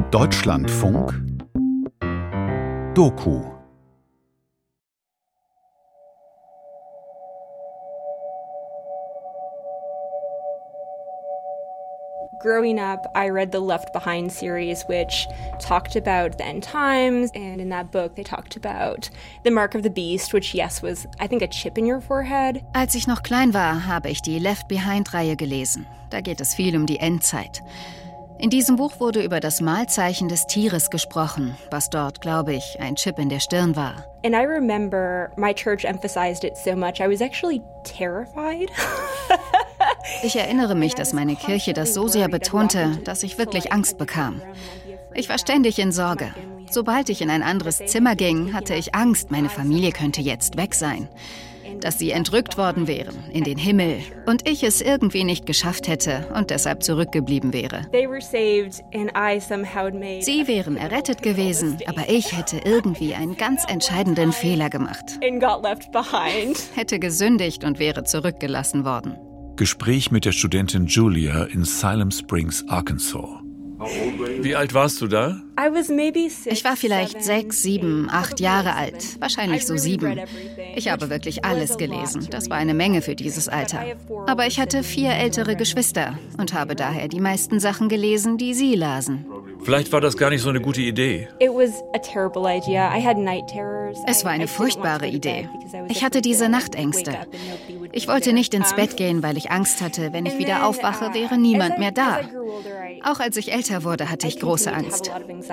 Deutschlandfunk Doku. Growing up, I read the Left Behind series, which talked about the end times, and in that book they talked about the mark of the beast, which, yes, was, I think, a chip in your forehead. Als ich noch klein war, habe ich die Left Behind-Reihe gelesen. Da geht es viel um die Endzeit. In diesem Buch wurde über das Malzeichen des Tieres gesprochen, was dort, glaube ich, ein Chip in der Stirn war. And I remember my church emphasized it so much, I was actually terrified. Ich erinnere mich, dass meine Kirche das so sehr betonte, dass ich wirklich Angst bekam. Ich war ständig in Sorge. Sobald ich in ein anderes Zimmer ging, hatte ich Angst, meine Familie könnte jetzt weg sein. Dass sie entrückt worden wären, in den Himmel, und ich es irgendwie nicht geschafft hätte und deshalb zurückgeblieben wäre. Sie wären errettet gewesen, aber ich hätte irgendwie einen ganz entscheidenden Fehler gemacht. Hätte gesündigt und wäre zurückgelassen worden. Gespräch mit der Studentin Julia in Salem Springs, Arkansas. Wie alt warst du da? Ich war vielleicht 6, 7, 8 Jahre alt, wahrscheinlich so 7. Ich habe wirklich alles gelesen, das war eine Menge für dieses Alter. Aber ich hatte 4 ältere Geschwister und habe daher die meisten Sachen gelesen, die sie lasen. Vielleicht war das gar nicht so eine gute Idee. Es war eine furchtbare Idee. Ich hatte diese Nachtängste. Ich wollte nicht ins Bett gehen, weil ich Angst hatte, wenn ich wieder aufwache, wäre niemand mehr da. Auch als ich älter wurde, hatte ich große Angst.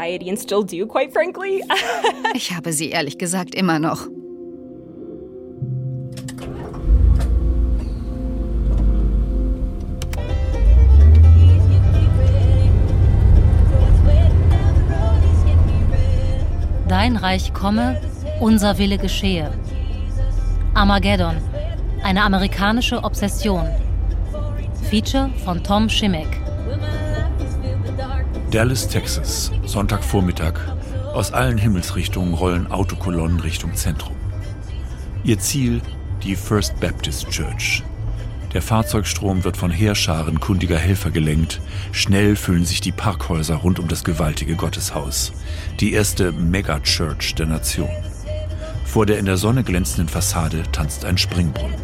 Ich habe sie ehrlich gesagt immer noch. Dein Reich komme, unser Wille geschehe. Armageddon, eine amerikanische Obsession. Feature von Tom Schimmick. Dallas, Texas, Sonntagvormittag. Aus allen Himmelsrichtungen rollen Autokolonnen Richtung Zentrum. Ihr Ziel, die First Baptist Church. Der Fahrzeugstrom wird von Heerscharen kundiger Helfer gelenkt. Schnell füllen sich die Parkhäuser rund um das gewaltige Gotteshaus. Die erste Megachurch der Nation. Vor der in der Sonne glänzenden Fassade tanzt ein Springbrunnen.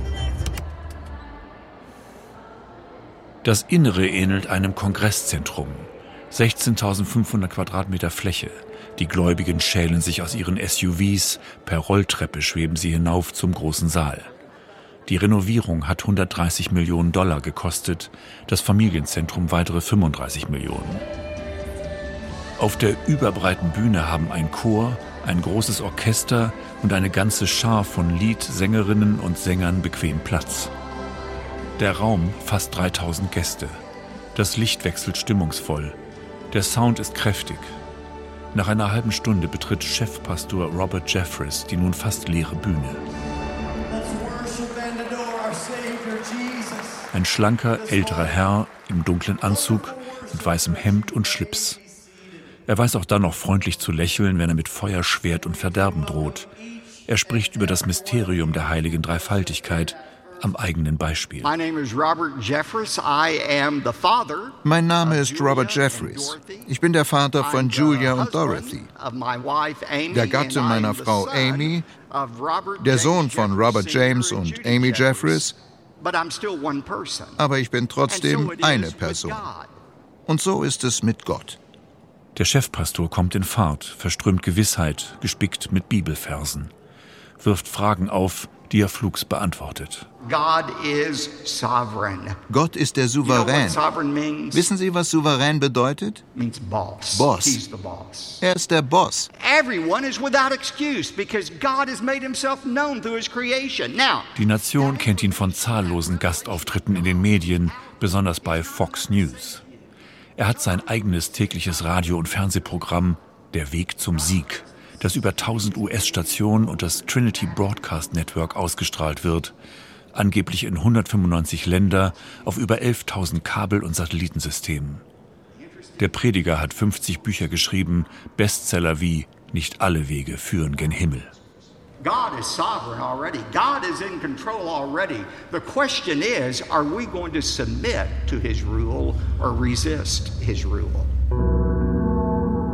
Das Innere ähnelt einem Kongresszentrum. 16.500 Quadratmeter Fläche. Die Gläubigen schälen sich aus ihren SUVs. Per Rolltreppe schweben sie hinauf zum großen Saal. Die Renovierung hat $130 Millionen gekostet, das Familienzentrum weitere 35 Millionen. Auf der überbreiten Bühne haben ein Chor, ein großes Orchester und eine ganze Schar von Liedsängerinnen und Sängern bequem Platz. Der Raum fasst 3000 Gäste. Das Licht wechselt stimmungsvoll. Der Sound ist kräftig. Nach einer halben Stunde betritt Chefpastor Robert Jeffress die nun fast leere Bühne. Ein schlanker, älterer Herr im dunklen Anzug mit weißem Hemd und Schlips. Er weiß auch dann noch freundlich zu lächeln, wenn er mit Feuer, Schwert und Verderben droht. Er spricht über das Mysterium der heiligen Dreifaltigkeit am eigenen Beispiel. Mein Name ist Robert Jeffress. Ich bin der Vater von Julia und Dorothy, der Gatte meiner Frau Amy, der Sohn von Robert James und Amy Jeffress. Aber ich bin trotzdem eine Person. Und so ist es mit Gott. Der Chefpastor kommt in Fahrt, verströmt Gewissheit, gespickt mit Bibelversen. Wirft Fragen auf, die er flugs beantwortet. Gott ist der Souverän. Wissen Sie, was souverän bedeutet? Boss. Er ist der Boss. Die Nation kennt ihn von zahllosen Gastauftritten in den Medien, besonders bei Fox News. Er hat sein eigenes tägliches Radio- und Fernsehprogramm Der Weg zum Sieg, das über 1000 US-Stationen und das Trinity Broadcast Network ausgestrahlt wird, angeblich in 195 Länder auf über 11.000 Kabel- und Satellitensystemen. Der Prediger hat 50 Bücher geschrieben, Bestseller wie Nicht alle Wege führen gen Himmel. God is sovereign already. God is in control already. The question is, are we going to submit to his rule or resist his rule?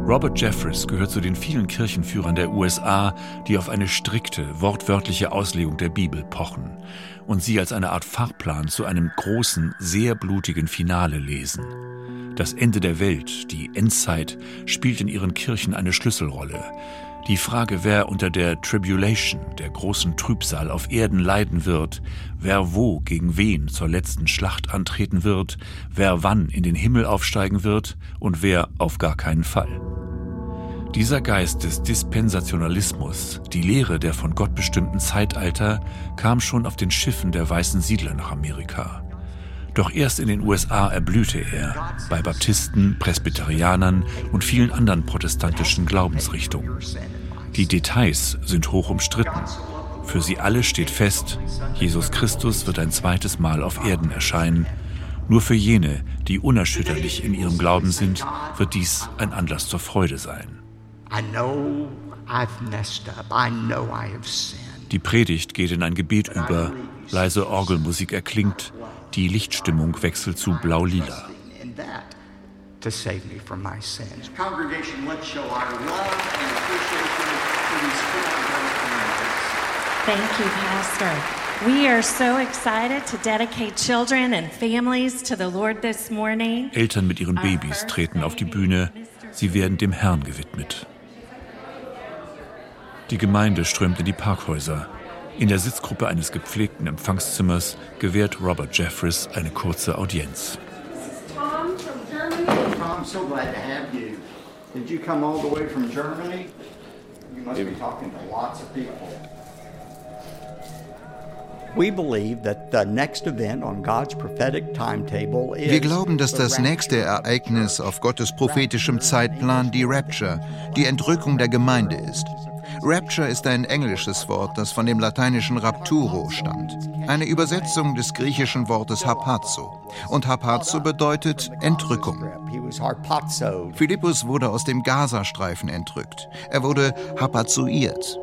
Robert Jeffress gehört zu den vielen Kirchenführern der USA, die auf eine strikte, wortwörtliche Auslegung der Bibel pochen und sie als eine Art Fahrplan zu einem großen, sehr blutigen Finale lesen. Das Ende der Welt, die Endzeit, spielt in ihren Kirchen eine Schlüsselrolle. Die Frage, wer unter der Tribulation, der großen Trübsal auf Erden leiden wird, wer wo gegen wen zur letzten Schlacht antreten wird, wer wann in den Himmel aufsteigen wird und wer auf gar keinen Fall. Dieser Geist des Dispensationalismus, die Lehre der von Gott bestimmten Zeitalter, kam schon auf den Schiffen der weißen Siedler nach Amerika. Doch erst in den USA erblühte er, bei Baptisten, Presbyterianern und vielen anderen protestantischen Glaubensrichtungen. Die Details sind hoch umstritten. Für sie alle steht fest, Jesus Christus wird ein zweites Mal auf Erden erscheinen. Nur für jene, die unerschütterlich in ihrem Glauben sind, wird dies ein Anlass zur Freude sein. Die Predigt geht in ein Gebet über, leise Orgelmusik erklingt, die Lichtstimmung wechselt zu blau-lila. Thank you, Pastor. We are so excited to dedicate children and families to the Lord this morning. Eltern mit ihren Babys treten auf die Bühne. Sie werden dem Herrn gewidmet. Die Gemeinde strömt in die Parkhäuser. In der Sitzgruppe eines gepflegten Empfangszimmers gewährt Robert Jeffress eine kurze Audienz. Tom from Germany. I'm so glad to have you. Did you come all the way from Germany? You must be talking to lots of people. Wir glauben, dass das nächste Ereignis auf Gottes prophetischem Zeitplan die Rapture, die Entrückung der Gemeinde ist. Rapture ist ein englisches Wort, das von dem lateinischen rapturo stammt. Eine Übersetzung des griechischen Wortes hapazo. Und hapazo bedeutet Entrückung. Philippus wurde aus dem Gazastreifen entrückt. Er wurde hapazoiert.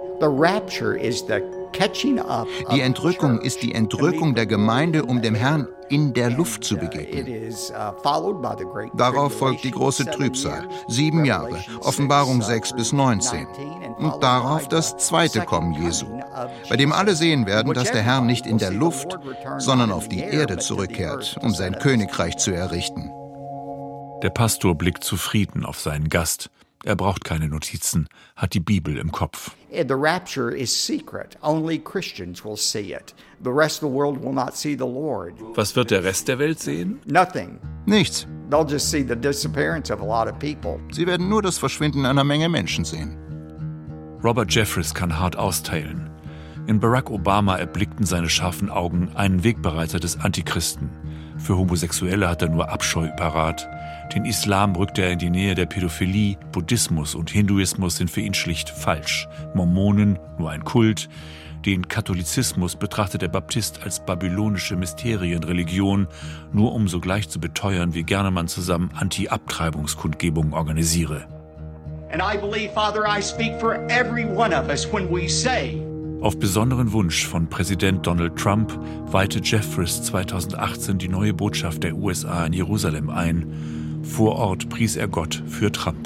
Die Entrückung ist die Entrückung der Gemeinde, um dem Herrn in der Luft zu begegnen. Darauf folgt die große Trübsal, 7 Jahre, Offenbarung 6-19. Und darauf das zweite Kommen Jesu, bei dem alle sehen werden, dass der Herr nicht in der Luft, sondern auf die Erde zurückkehrt, um sein Königreich zu errichten. Der Pastor blickt zufrieden auf seinen Gast. Er braucht keine Notizen, hat die Bibel im Kopf. The rapture is secret. Only Christians will see it. The rest of the world will not see the Lord. Was wird der Rest der Welt sehen? Nothing. Nichts. They'll just see the disappearance of a lot of people. Sie werden nur das Verschwinden einer Menge Menschen sehen. Robert Jeffress kann hart austeilen. In Barack Obama erblickten seine scharfen Augen einen Wegbereiter des Antichristen. Für Homosexuelle hat er nur Abscheu parat. Den Islam rückt er in die Nähe der Pädophilie, Buddhismus und Hinduismus sind für ihn schlicht falsch. Mormonen, nur ein Kult. Den Katholizismus betrachtet der Baptist als babylonische Mysterienreligion, nur um sogleich zu beteuern, wie gerne man zusammen Anti-Abtreibungskundgebungen organisiere. And I believe, Father, I speak for every one of us when we say, auf besonderen Wunsch von Präsident Donald Trump weihte Jeffress 2018 die neue Botschaft der USA in Jerusalem ein. Vor Ort pries er Gott für Trump.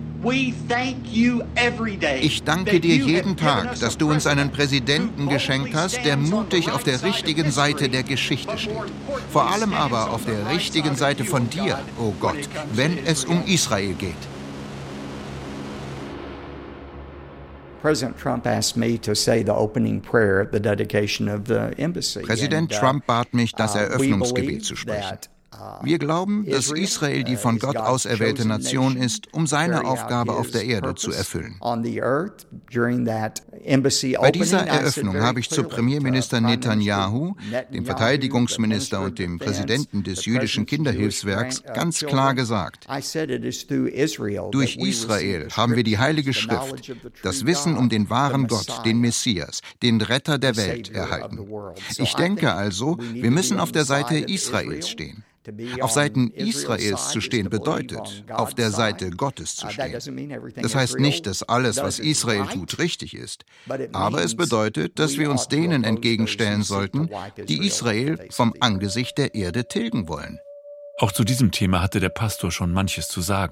Ich danke dir jeden Tag, dass du uns einen Präsidenten geschenkt hast, der mutig auf der richtigen Seite der Geschichte steht. Vor allem aber auf der richtigen Seite von dir, oh Gott, wenn es um Israel geht. Präsident Trump bat mich, das Eröffnungsgebet zu sprechen. Wir glauben, dass Israel die von Gott auserwählte Nation ist, um seine Aufgabe auf der Erde zu erfüllen. Bei dieser Eröffnung habe ich zu Premierminister Netanyahu, dem Verteidigungsminister und dem Präsidenten des jüdischen Kinderhilfswerks ganz klar gesagt: Durch Israel haben wir die Heilige Schrift, das Wissen um den wahren Gott, den Messias, den Retter der Welt erhalten. Ich denke also, wir müssen auf der Seite Israels stehen. Auf Seiten Israels zu stehen bedeutet, auf der Seite Gottes zu stehen. Das heißt nicht, dass alles, was Israel tut, richtig ist. Aber es bedeutet, dass wir uns denen entgegenstellen sollten, die Israel vom Angesicht der Erde tilgen wollen. Auch zu diesem Thema hatte der Pastor schon manches zu sagen.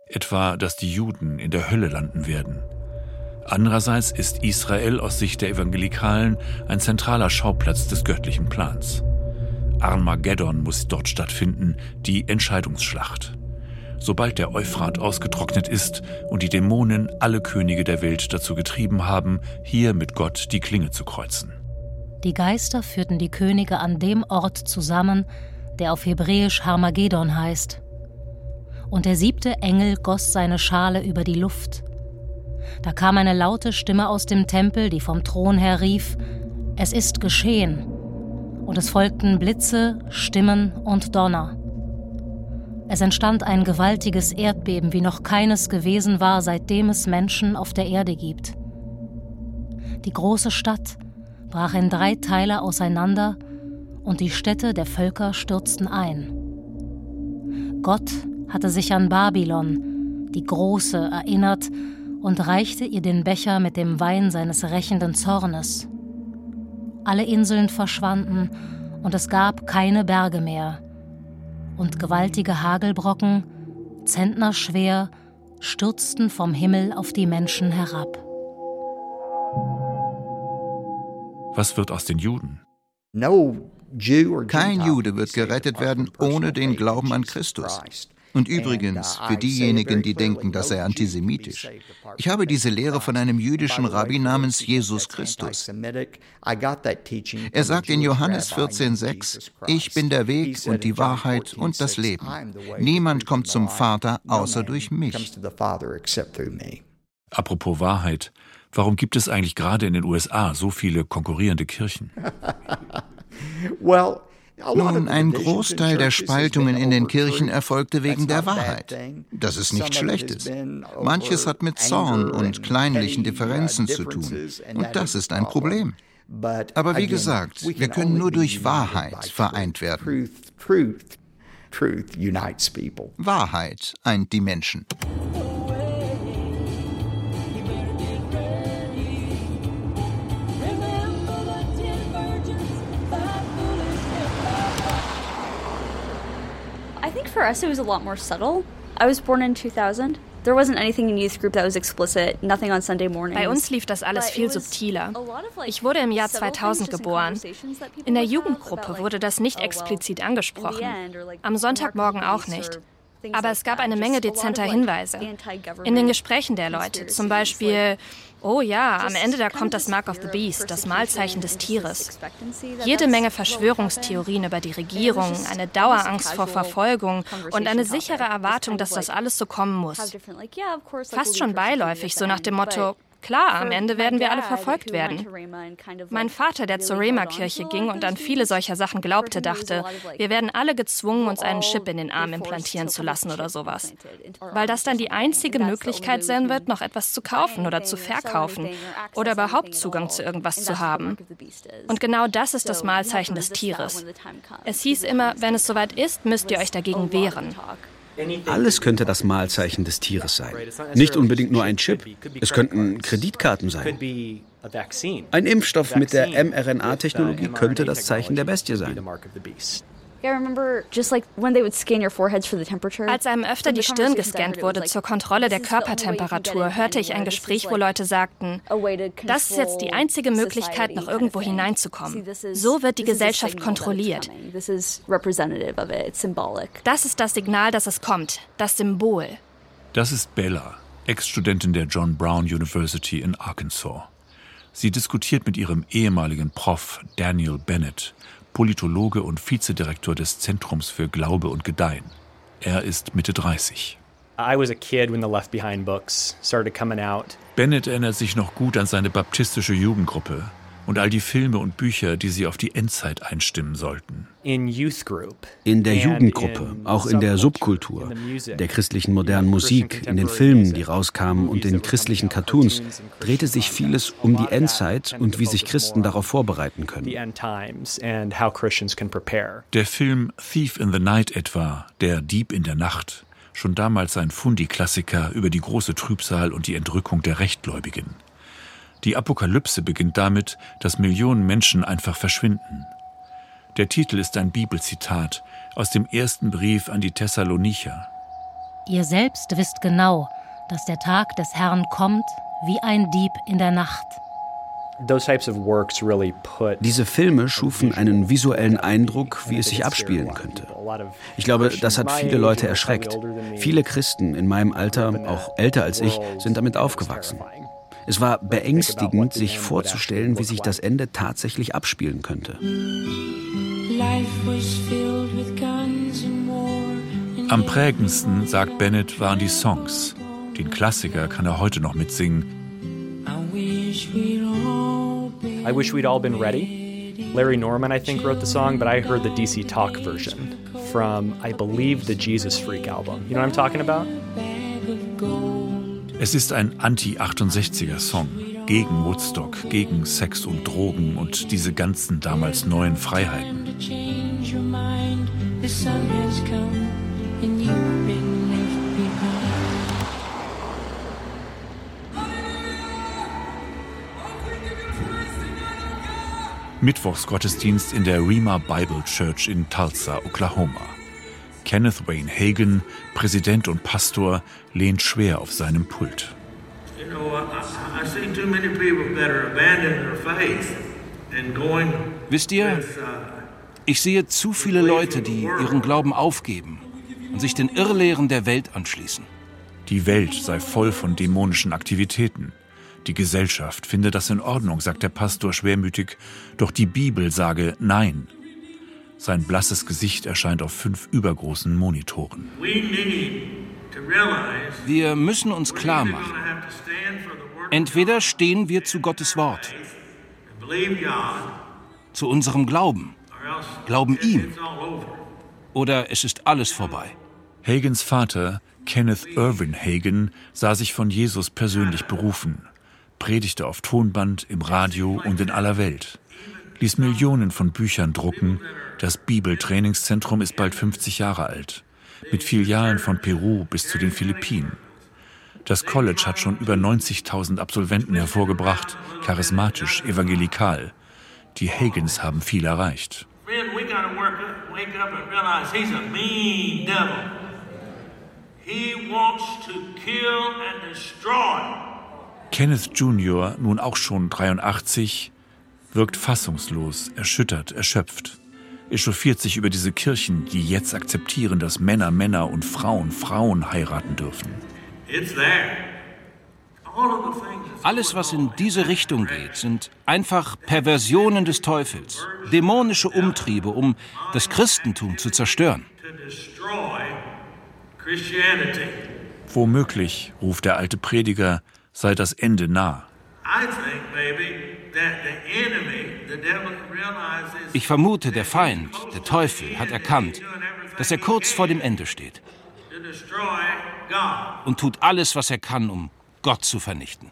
etwa, dass die Juden in der Hölle landen werden. Andererseits ist Israel aus Sicht der Evangelikalen ein zentraler Schauplatz des göttlichen Plans. Armageddon muss dort stattfinden, die Entscheidungsschlacht. Sobald der Euphrat ausgetrocknet ist und die Dämonen alle Könige der Welt dazu getrieben haben, hier mit Gott die Klinge zu kreuzen. Die Geister führten die Könige an dem Ort zusammen, der auf Hebräisch Harmagedon heißt. Und der 7. Engel goss seine Schale über die Luft. Da kam eine laute Stimme aus dem Tempel, die vom Thron her rief: Es ist geschehen. Und es folgten Blitze, Stimmen und Donner. Es entstand ein gewaltiges Erdbeben, wie noch keines gewesen war, seitdem es Menschen auf der Erde gibt. Die große Stadt brach in 3 Teile auseinander und die Städte der Völker stürzten ein. Gott hatte sich an Babylon, die Große, erinnert und reichte ihr den Becher mit dem Wein seines rächenden Zornes. Alle Inseln verschwanden und es gab keine Berge mehr. Und gewaltige Hagelbrocken, zentnerschwer, stürzten vom Himmel auf die Menschen herab. Was wird aus den Juden? Kein Jude wird gerettet werden ohne den Glauben an Christus. Und übrigens, für diejenigen, die denken, dass er antisemitisch. Ich habe diese Lehre von einem jüdischen Rabbi namens Jesus Christus. Er sagt in Johannes 14,6: Ich bin der Weg und die Wahrheit und das Leben. Niemand kommt zum Vater außer durch mich. Apropos Wahrheit, warum gibt es eigentlich gerade in den USA so viele konkurrierende Kirchen? Nun, ein Großteil der Spaltungen in den Kirchen erfolgte wegen der Wahrheit. Das ist nichts Schlechtes. Manches hat mit Zorn und kleinlichen Differenzen zu tun. Und das ist ein Problem. Aber wie gesagt, wir können nur durch Wahrheit vereint werden. Wahrheit eint die Menschen. For us, it was a lot more subtle. I was born in 2000. There wasn't anything in youth group that was explicit, nothing on Sunday mornings. Bei uns lief das alles viel subtiler. Ich wurde im Jahr 2000 geboren. In der Jugendgruppe wurde das nicht explizit angesprochen. Am Sonntagmorgen auch nicht. Aber es gab eine Menge dezenter Hinweise. In den Gesprächen der Leute, zum Beispiel: Oh ja, am Ende da kommt das Mark of the Beast, das Mahlzeichen des Tieres. Jede Menge Verschwörungstheorien über die Regierung, eine Dauerangst vor Verfolgung und eine sichere Erwartung, dass das alles so kommen muss. Fast schon beiläufig, so nach dem Motto: Klar, am Ende werden wir alle verfolgt werden. Mein Vater, der zur Rema-Kirche ging und an viele solcher Sachen glaubte, dachte, wir werden alle gezwungen, uns einen Chip in den Arm implantieren zu lassen oder sowas. Weil das dann die einzige Möglichkeit sein wird, noch etwas zu kaufen oder zu verkaufen oder überhaupt Zugang zu irgendwas zu haben. Und genau das ist das Mahlzeichen des Tieres. Es hieß immer, wenn es soweit ist, müsst ihr euch dagegen wehren. Alles könnte das Mahlzeichen des Tieres sein. Nicht unbedingt nur ein Chip. Es könnten Kreditkarten sein. Ein Impfstoff mit der mRNA-Technologie könnte das Zeichen der Bestie sein. Als einem öfter die Stirn gescannt wurde zur Kontrolle der Körpertemperatur, hörte ich ein Gespräch, wo Leute sagten, das ist jetzt die einzige Möglichkeit, noch irgendwo hineinzukommen. So wird die Gesellschaft kontrolliert. Das ist das Signal, dass es kommt, das Symbol. Das ist Bella, Ex-Studentin der John Brown University in Arkansas. Sie diskutiert mit ihrem ehemaligen Prof Daniel Bennett, Politologe und Vizedirektor des Zentrums für Glaube und Gedeihen. Er ist Mitte 30. Bennett erinnert sich noch gut an seine baptistische Jugendgruppe und all die Filme und Bücher, die sie auf die Endzeit einstimmen sollten. In der Jugendgruppe, auch in der Subkultur, der christlichen modernen Musik, in den Filmen, die rauskamen und den christlichen Cartoons, drehte sich vieles um die Endzeit und wie sich Christen darauf vorbereiten können. Der Film Thief in the Night etwa, Der Dieb in der Nacht, schon damals ein Fundi-Klassiker über die große Trübsal und die Entrückung der Rechtgläubigen. Die Apokalypse beginnt damit, dass Millionen Menschen einfach verschwinden. Der Titel ist ein Bibelzitat aus dem ersten Brief an die Thessalonicher. Ihr selbst wisst genau, dass der Tag des Herrn kommt wie ein Dieb in der Nacht. Diese Filme schufen einen visuellen Eindruck, wie es sich abspielen könnte. Ich glaube, das hat viele Leute erschreckt. Viele Christen in meinem Alter, auch älter als ich, sind damit aufgewachsen. Es war beängstigend, sich vorzustellen, wie sich das Ende tatsächlich abspielen könnte. Am prägendsten, sagt Bennett, waren die Songs. Den Klassiker kann er heute noch mitsingen. I Wish We'd All Been Ready. Larry Norman, I think, wrote the song, but I heard the DC Talk version from, I believe, the Jesus Freak album. You know what I'm talking about? Es ist ein Anti-68er-Song gegen Woodstock, gegen Sex und Drogen und diese ganzen damals neuen Freiheiten. Mittwochsgottesdienst in der Rhema Bible Church in Tulsa, Oklahoma. Kenneth Wayne Hagin, Präsident und Pastor, lehnt schwer auf seinem Pult. Wisst ihr, ich sehe zu viele Leute, die ihren Glauben aufgeben und sich den Irrlehren der Welt anschließen. Die Welt sei voll von dämonischen Aktivitäten. Die Gesellschaft finde das in Ordnung, sagt der Pastor schwermütig, doch die Bibel sage Nein. Sein blasses Gesicht erscheint auf 5 übergroßen Monitoren. Wir müssen uns klar machen, entweder stehen wir zu Gottes Wort, zu unserem Glauben, glauben ihm, oder es ist alles vorbei. Hagins Vater, Kenneth Irwin Hagin, sah sich von Jesus persönlich berufen, predigte auf Tonband, im Radio und in aller Welt, ließ Millionen von Büchern drucken. Das Bibeltrainingszentrum ist bald 50 Jahre alt, mit Filialen von Peru bis zu den Philippinen. Das College hat schon über 90.000 Absolventen hervorgebracht, charismatisch, evangelikal. Die Hagins haben viel erreicht. Kenneth Jr., nun auch schon 83, wirkt fassungslos, erschüttert, erschöpft. Echauffiert sich über diese Kirchen, die jetzt akzeptieren, dass Männer Männer und Frauen Frauen heiraten dürfen. Alles, was in diese Richtung geht, sind einfach Perversionen des Teufels, dämonische Umtriebe, um das Christentum zu zerstören. Womöglich, ruft der alte Prediger, sei das Ende nah. Ich vermute, der Feind, der Teufel, hat erkannt, dass er kurz vor dem Ende steht und tut alles, was er kann, um Gott zu vernichten.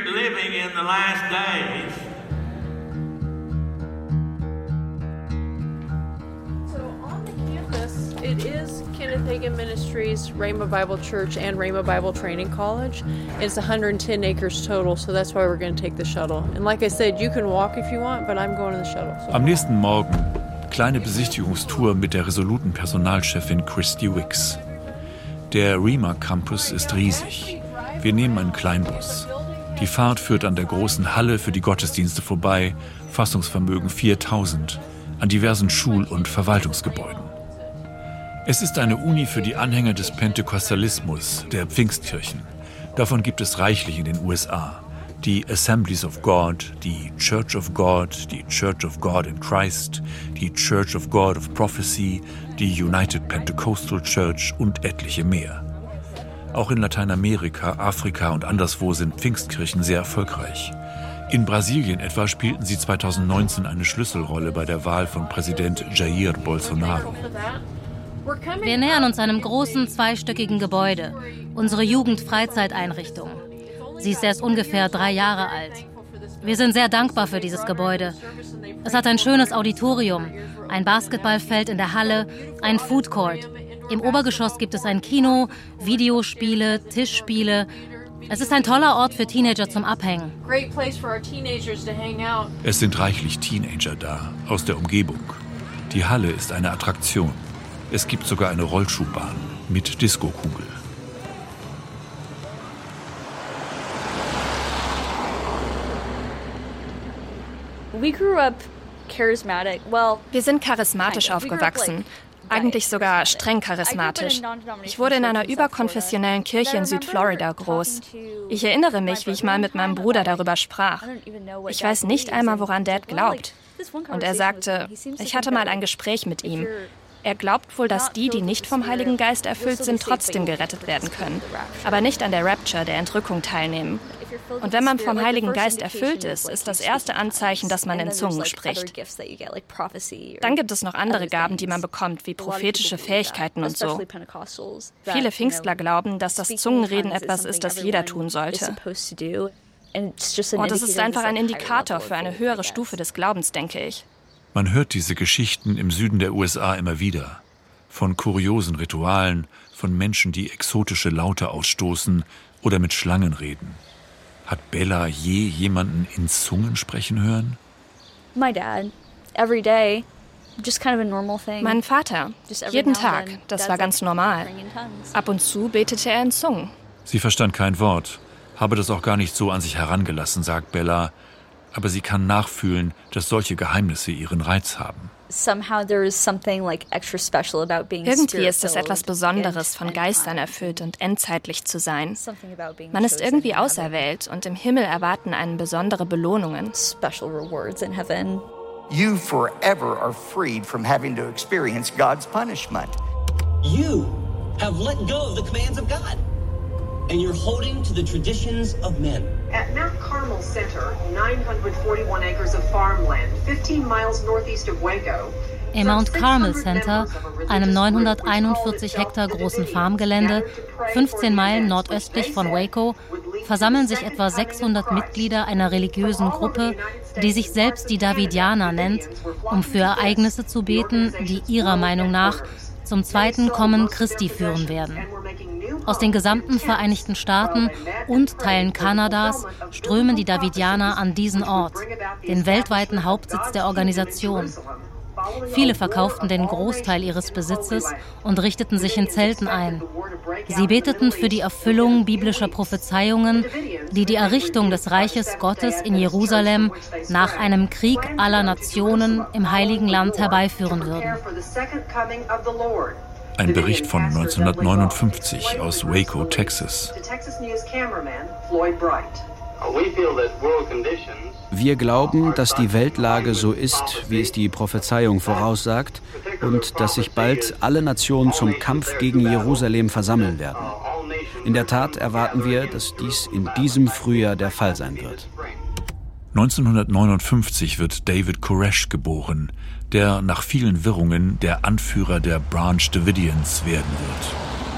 It is Kenneth Hagin Ministries, Rhema Bible Church, and Rhema Bible Training College. It's 110 acres total, so that's why we're going to take the shuttle. And like I said, you can walk if you want, but I'm going in the shuttle. So. Am nächsten Morgen kleine Besichtigungstour mit der resoluten Personalchefin Christy Wicks. Der Rhema Campus ist riesig. Wir nehmen einen Kleinbus. Die Fahrt führt an der großen Halle für die Gottesdienste vorbei, Fassungsvermögen 4000, an diversen Schul- und Verwaltungsgebäuden. Es ist eine Uni für die Anhänger des Pentekostalismus, der Pfingstkirchen. Davon gibt es reichlich in den USA. Die Assemblies of God, die Church of God, die Church of God in Christ, die Church of God of Prophecy, die United Pentecostal Church und etliche mehr. Auch in Lateinamerika, Afrika und anderswo sind Pfingstkirchen sehr erfolgreich. In Brasilien etwa spielten sie 2019 eine Schlüsselrolle bei der Wahl von Präsident Jair Bolsonaro. Wir nähern uns einem großen, zweistöckigen Gebäude, unsere Jugendfreizeiteinrichtung. Sie ist erst ungefähr 3 Jahre alt. Wir sind sehr dankbar für dieses Gebäude. Es hat ein schönes Auditorium, ein Basketballfeld in der Halle, ein Food Court. Im Obergeschoss gibt es ein Kino, Videospiele, Tischspiele. Es ist ein toller Ort für Teenager zum Abhängen. Es sind reichlich Teenager da, aus der Umgebung. Die Halle ist eine Attraktion. Es gibt sogar eine Rollschuhbahn mit Diskokugel. Wir sind charismatisch aufgewachsen. Eigentlich sogar streng charismatisch. Ich wurde in einer überkonfessionellen Kirche in Südflorida groß. Ich erinnere mich, wie ich mal mit meinem Bruder darüber sprach. Ich weiß nicht einmal, woran Dad glaubt. Und er sagte, ich hatte mal ein Gespräch mit ihm. Er glaubt wohl, dass die nicht vom Heiligen Geist erfüllt sind, trotzdem gerettet werden können. Aber nicht an der Rapture, der Entrückung, teilnehmen. Und wenn man vom Heiligen Geist erfüllt ist, ist das erste Anzeichen, dass man in Zungen spricht. Dann gibt es noch andere Gaben, die man bekommt, wie prophetische Fähigkeiten und so. Viele Pfingstler glauben, dass das Zungenreden etwas ist, das jeder tun sollte. Und es ist einfach ein Indikator für eine höhere Stufe des Glaubens, denke ich. Man hört diese Geschichten im Süden der USA immer wieder. Von kuriosen Ritualen, von Menschen, die exotische Laute ausstoßen oder mit Schlangen reden. Hat Bella je jemanden in Zungen sprechen hören? My dad. Every day. Just kind of a normal thing. Mein Vater. Jeden Tag. Das war ganz normal. Ab und zu betete er in Zungen. Sie verstand kein Wort, habe das auch gar nicht so an sich herangelassen, sagt Bella. Aber sie kann nachfühlen, dass solche Geheimnisse ihren Reiz haben. Irgendwie ist es etwas Besonderes, von Geistern erfüllt und endzeitlich zu sein. Man ist irgendwie auserwählt und im Himmel erwarten einen besondere Belohnungen. You forever are freed from having to experience God's punishment. You have let go of the commands of God. And you're holding to the traditions of men. At Mount Carmel Center, 941 acres of farmland, 15 miles northeast of Waco. Im Mount Carmel Center, einem 941 Hektar großen Farmgelände, 15 Meilen nordöstlich von Waco, versammeln sich etwa 600 Mitglieder einer religiösen Gruppe, die sich selbst die Davidianer nennt, um für Ereignisse zu beten, die ihrer Meinung nach zum zweiten Kommen Christi führen werden. Aus den gesamten Vereinigten Staaten und Teilen Kanadas strömen die Davidianer an diesen Ort, den weltweiten Hauptsitz der Organisation. Viele verkauften den Großteil ihres Besitzes und richteten sich in Zelten ein. Sie beteten für die Erfüllung biblischer Prophezeiungen, die die Errichtung des Reiches Gottes in Jerusalem nach einem Krieg aller Nationen im Heiligen Land herbeiführen würden. Ein Bericht von 1959 aus Waco, Texas. Wir glauben, dass die Weltlage so ist, wie es die Prophezeiung voraussagt, und dass sich bald alle Nationen zum Kampf gegen Jerusalem versammeln werden. In der Tat erwarten wir, dass dies in diesem Frühjahr der Fall sein wird. 1959 wird David Koresh geboren, der nach vielen Wirrungen der Anführer der Branch Davidians werden wird.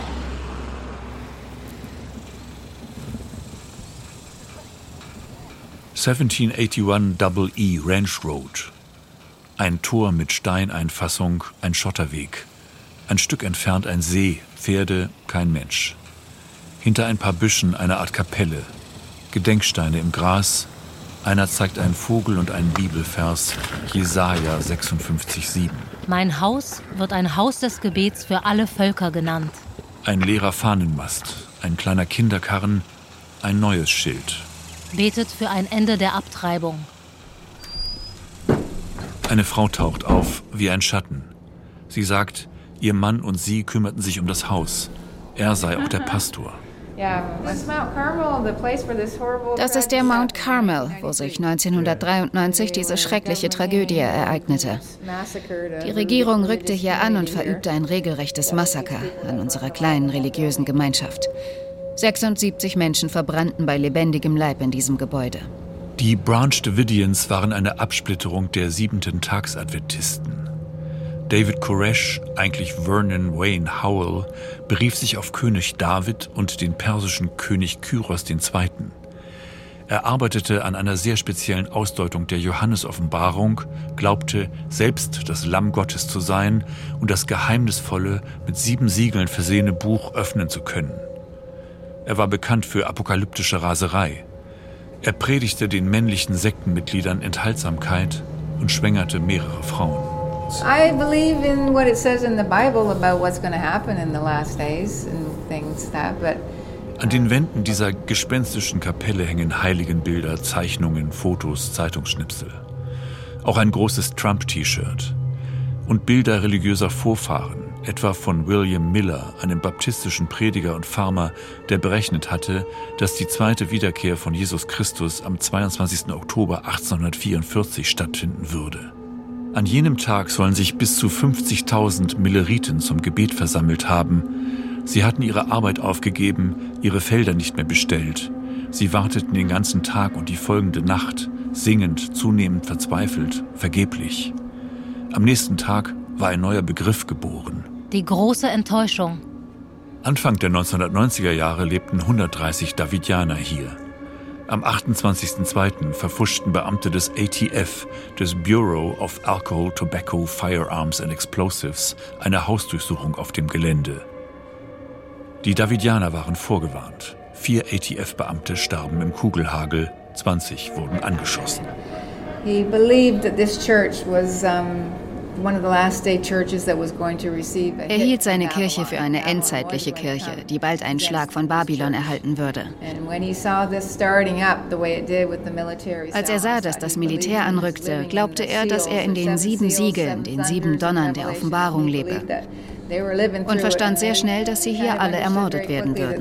(1781 Double E Ranch Road). Ein Tor mit Steineinfassung, ein Schotterweg. Ein Stück entfernt ein See, Pferde, kein Mensch. Hinter ein paar Büschen eine Art Kapelle. Gedenksteine im Gras. Einer zeigt einen Vogel und einen Bibelvers, Jesaja 56,7. Mein Haus wird ein Haus des Gebets für alle Völker genannt. Ein leerer Fahnenmast, ein kleiner Kinderkarren, ein neues Schild. Betet für ein Ende der Abtreibung. Eine Frau taucht auf, wie ein Schatten. Sie sagt, ihr Mann und sie kümmerten sich um das Haus. Er sei auch der Pastor. Das ist der Mount Carmel, wo sich 1993 diese schreckliche Tragödie ereignete. Die Regierung rückte hier an und verübte ein regelrechtes Massaker an unserer kleinen religiösen Gemeinschaft. 76 Menschen verbrannten bei lebendigem Leib in diesem Gebäude. Die Branch Davidians waren eine Absplitterung der Siebenten-Tags-Adventisten. David Koresh, eigentlich Vernon Wayne Howell, berief sich auf König David und den persischen König Kyros II. Er arbeitete an einer sehr speziellen Ausdeutung der Johannes-Offenbarung, glaubte, selbst das Lamm Gottes zu sein und das geheimnisvolle, mit 7 Siegeln versehene Buch öffnen zu können. Er war bekannt für apokalyptische Raserei. Er predigte den männlichen Sektenmitgliedern Enthaltsamkeit und schwängerte mehrere Frauen. I believe in what it says in the Bible about what's going to happen in the last days and things that, but an den Wänden dieser gespenstischen Kapelle hängen Heiligenbilder, Zeichnungen, Fotos, Zeitungsschnipsel. Auch ein großes Trump-T-Shirt. Und Bilder religiöser Vorfahren, etwa von William Miller, einem baptistischen Prediger und Farmer, der berechnet hatte, dass die zweite Wiederkehr von Jesus Christus am 22. Oktober 1844 stattfinden würde. An jenem Tag sollen sich bis zu 50.000 Milleriten zum Gebet versammelt haben. Sie hatten ihre Arbeit aufgegeben, ihre Felder nicht mehr bestellt. Sie warteten den ganzen Tag und die folgende Nacht, singend, zunehmend verzweifelt, vergeblich. Am nächsten Tag war ein neuer Begriff geboren. Die große Enttäuschung. Anfang der 1990er Jahre lebten 130 Davidianer hier. Am 28.02. verfuschten Beamte des ATF, des Bureau of Alcohol, Tobacco, Firearms and Explosives, eine Hausdurchsuchung auf dem Gelände. Die Davidianer waren vorgewarnt. 4 ATF-Beamte starben im Kugelhagel, 20 wurden angeschossen. He believed that this church was Er hielt seine Kirche für eine endzeitliche Kirche, die bald einen Schlag von Babylon erhalten würde. Als er sah, dass das Militär anrückte, glaubte er, dass er in den 7 Siegeln, den 7 Donnern der Offenbarung lebe. Und verstand sehr schnell, dass sie hier alle ermordet werden würden.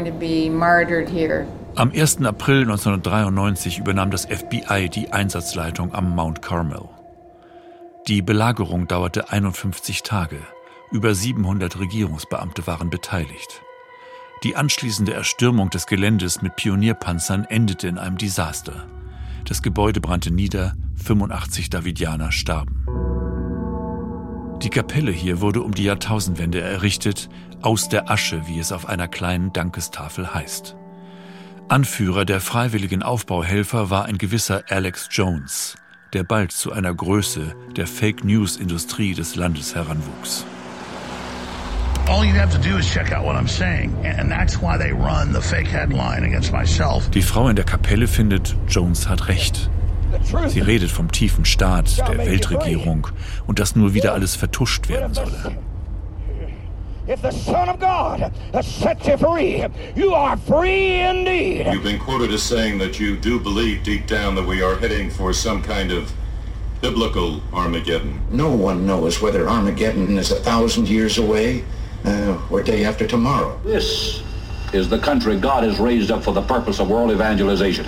Am 1. April 1993 übernahm das FBI die Einsatzleitung am Mount Carmel. Die Belagerung dauerte 51 Tage. Über 700 Regierungsbeamte waren beteiligt. Die anschließende Erstürmung des Geländes mit Pionierpanzern endete in einem Desaster. Das Gebäude brannte nieder, 85 Davidianer starben. Die Kapelle hier wurde um die Jahrtausendwende errichtet, aus der Asche, wie es auf einer kleinen Dankestafel heißt. Anführer der freiwilligen Aufbauhelfer war ein gewisser Alex Jones, der bald zu einer Größe der Fake-News-Industrie des Landes heranwuchs. Die Frau in der Kapelle findet, Jones hat recht. Sie redet vom tiefen Staat, der Weltregierung und dass nur wieder alles vertuscht werden solle. If the Son of God has set you free, you are free indeed. You've been quoted as saying that you do believe deep down that we are heading for some kind of biblical Armageddon. No one knows whether Armageddon is 1,000 years away or day after tomorrow. This is the country God has raised up for the purpose of world evangelization.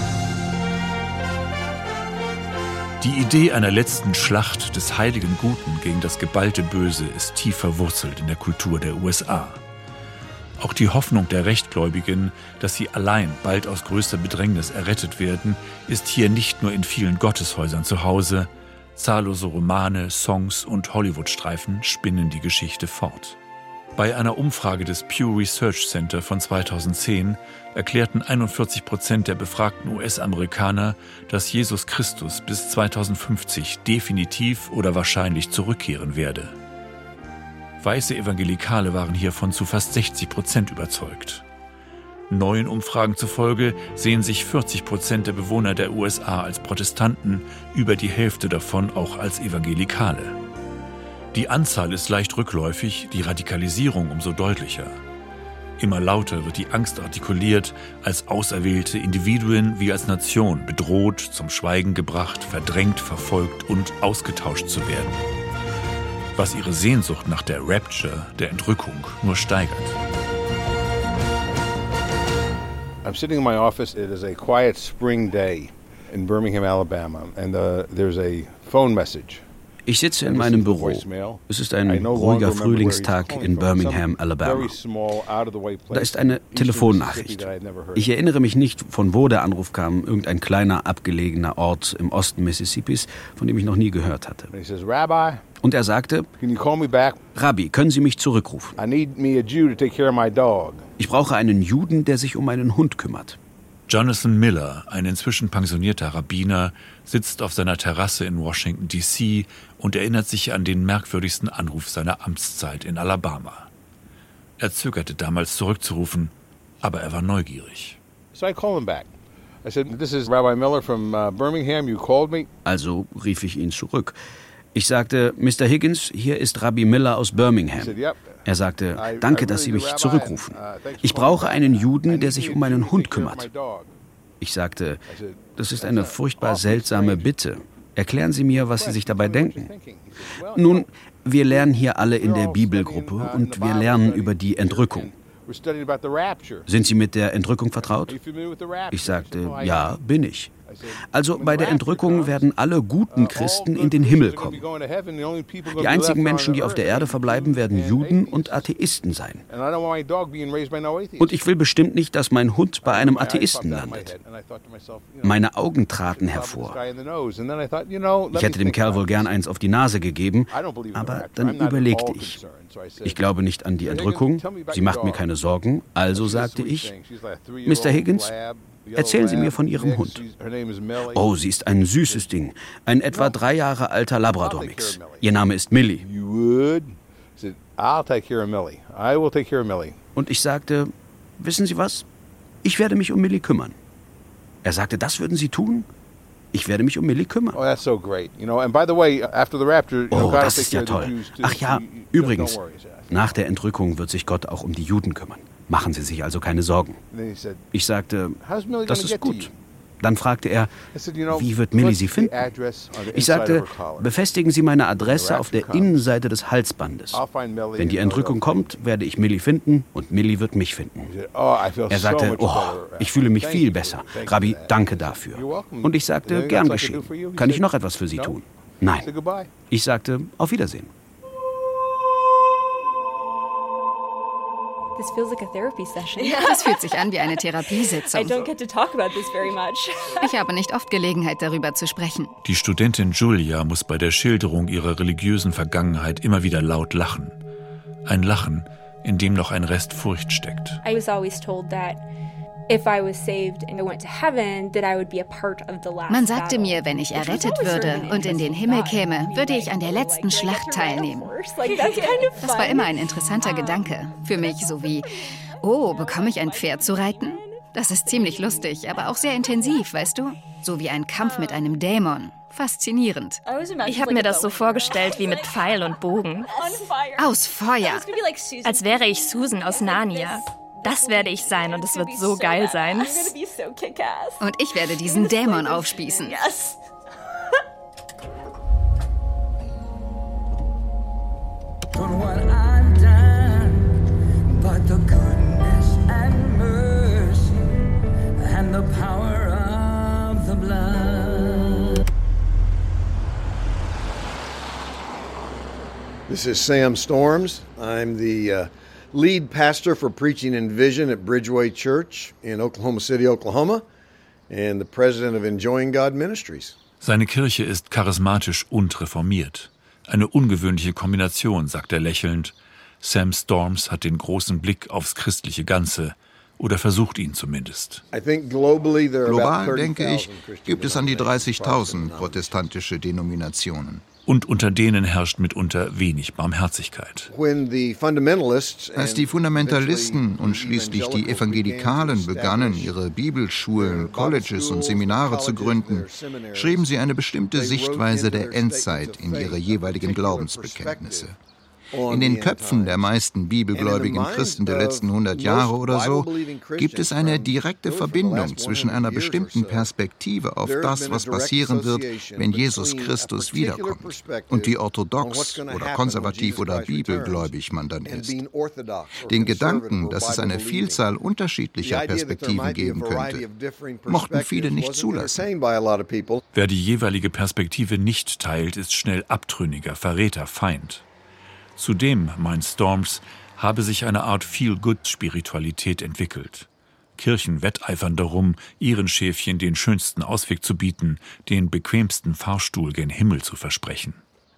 Die Idee einer letzten Schlacht des heiligen Guten gegen das geballte Böse ist tief verwurzelt in der Kultur der USA. Auch die Hoffnung der Rechtgläubigen, dass sie allein bald aus größter Bedrängnis errettet werden, ist hier nicht nur in vielen Gotteshäusern zu Hause. Zahllose Romane, Songs und Hollywood-Streifen spinnen die Geschichte fort. Bei einer Umfrage des Pew Research Center von 2010 erklärten 41% der befragten US-Amerikaner, dass Jesus Christus bis 2050 definitiv oder wahrscheinlich zurückkehren werde. Weiße Evangelikale waren hiervon zu fast 60% überzeugt. Neuen Umfragen zufolge sehen sich 40% der Bewohner der USA als Protestanten, über die Hälfte davon auch als Evangelikale. Die Anzahl ist leicht rückläufig, die Radikalisierung umso deutlicher. Immer lauter wird die Angst artikuliert, als auserwählte Individuen wie als Nation bedroht, zum Schweigen gebracht, verdrängt, verfolgt und ausgetauscht zu werden. Was ihre Sehnsucht nach der Rapture, der Entrückung, nur steigert. I'm sitting in my office. It is a quiet spring day in Birmingham, Alabama, and there's a phone message. Ich sitze in meinem Büro. Es ist ein ruhiger Frühlingstag in Birmingham, Alabama. Da ist eine Telefonnachricht. Ich erinnere mich nicht, von wo der Anruf kam, irgendein kleiner, abgelegener Ort im Osten Mississippis, von dem ich noch nie gehört hatte. Und er sagte, Rabbi, können Sie mich zurückrufen? Ich brauche einen Juden, der sich um meinen Hund kümmert. Jonathan Miller, ein inzwischen pensionierter Rabbiner, sitzt auf seiner Terrasse in Washington, D.C. und erinnert sich an den merkwürdigsten Anruf seiner Amtszeit in Alabama. Er zögerte damals zurückzurufen, aber er war neugierig. Also rief ich ihn zurück. Ich sagte, Mr. Higgins, hier ist Rabbi Miller aus Birmingham. Er sagte, danke, dass Sie mich zurückrufen. Ich brauche einen Juden, der sich um meinen Hund kümmert. Ich sagte, das ist eine furchtbar seltsame Bitte. Erklären Sie mir, was Sie sich dabei denken. Nun, wir lernen hier alle in der Bibelgruppe und wir lernen über die Entrückung. Sind Sie mit der Entrückung vertraut? Ich sagte, ja, bin ich. Also bei der Entrückung werden alle guten Christen in den Himmel kommen. Die einzigen Menschen, die auf der Erde verbleiben, werden Juden und Atheisten sein. Und ich will bestimmt nicht, dass mein Hund bei einem Atheisten landet. Meine Augen traten hervor. Ich hätte dem Kerl wohl gern eins auf die Nase gegeben, aber dann überlegte ich. Ich glaube nicht an die Entrückung, sie macht mir keine Sorgen, also sagte ich, Mr. Higgins, erzählen Sie mir von Ihrem Hund. Oh, sie ist ein süßes Ding. Ein etwa 3 Jahre alter Labrador-Mix. Ihr Name ist Millie. Und ich sagte, wissen Sie was? Ich werde mich um Millie kümmern. Er sagte, das würden Sie tun? Ich werde mich um Millie kümmern. Oh, das ist ja toll. Ach ja, übrigens, nach der Entrückung wird sich Gott auch um die Juden kümmern. Machen Sie sich also keine Sorgen. Ich sagte, das ist gut. Dann fragte er, wie wird Millie Sie finden? Ich sagte, befestigen Sie meine Adresse auf der Innenseite des Halsbandes. Wenn die Entrückung kommt, werde ich Millie finden und Millie wird mich finden. Er sagte, oh, ich fühle mich viel besser. Rabbi, danke dafür. Und ich sagte, gern geschehen. Kann ich noch etwas für Sie tun? Nein. Ich sagte, auf Wiedersehen. This feels like a therapy session. Das fühlt sich an wie eine Therapiesitzung. I don't get to talk about this very much. Ich habe nicht oft Gelegenheit, darüber zu sprechen. Die Studentin Julia muss bei der Schilderung ihrer religiösen Vergangenheit immer wieder laut lachen. Ein Lachen, in dem noch ein Rest Furcht steckt. I was always told that if I was saved and I went to heaven, that I would be a part of the last battle. Man sagte mir, wenn ich errettet würde und in den Himmel käme, würde ich an der letzten Schlacht teilnehmen. Das war immer ein interessanter Gedanke. Für mich so wie, oh, bekomme ich ein Pferd zu reiten? Das ist ziemlich lustig, aber auch sehr intensiv, weißt du? So wie ein Kampf mit einem Dämon. Faszinierend. Ich habe mir das so vorgestellt wie mit Pfeil und Bogen. Aus Feuer. Als wäre ich Susan aus Narnia. Das werde ich sein und es wird so geil sein. Und ich werde diesen Dämon aufspießen. This is Sam Storms. I'm the lead pastor for Preaching and Vision at Bridgeway Church in Oklahoma City, Oklahoma, and the president of Enjoying God Ministries. Seine Kirche ist charismatisch und reformiert. Eine ungewöhnliche Kombination, sagt er lächelnd. Sam Storms hat den großen Blick aufs christliche Ganze. Oder versucht ihn zumindest. Global, denke ich, gibt es an die 30.000 protestantische Denominationen. Und unter denen herrscht mitunter wenig Barmherzigkeit. Als die Fundamentalisten und schließlich die Evangelikalen begannen, ihre Bibelschulen, Colleges und Seminare zu gründen, schrieben sie eine bestimmte Sichtweise der Endzeit in ihre jeweiligen Glaubensbekenntnisse. In den Köpfen der meisten bibelgläubigen Christen der letzten 100 Jahre oder so gibt es eine direkte Verbindung zwischen einer bestimmten Perspektive auf das, was passieren wird, wenn Jesus Christus wiederkommt, und wie orthodox oder konservativ oder bibelgläubig man dann ist. Den Gedanken, dass es eine Vielzahl unterschiedlicher Perspektiven geben könnte, mochten viele nicht zulassen. Wer die jeweilige Perspektive nicht teilt, ist schnell abtrünniger, Verräter, Feind. Zudem, meint Storms, habe sich eine Art Feel-Good-Spiritualität entwickelt. Kirchen wetteifern darum, ihren Schäfchen den schönsten Ausweg zu bieten, den bequemsten Fahrstuhl gen Himmel zu versprechen.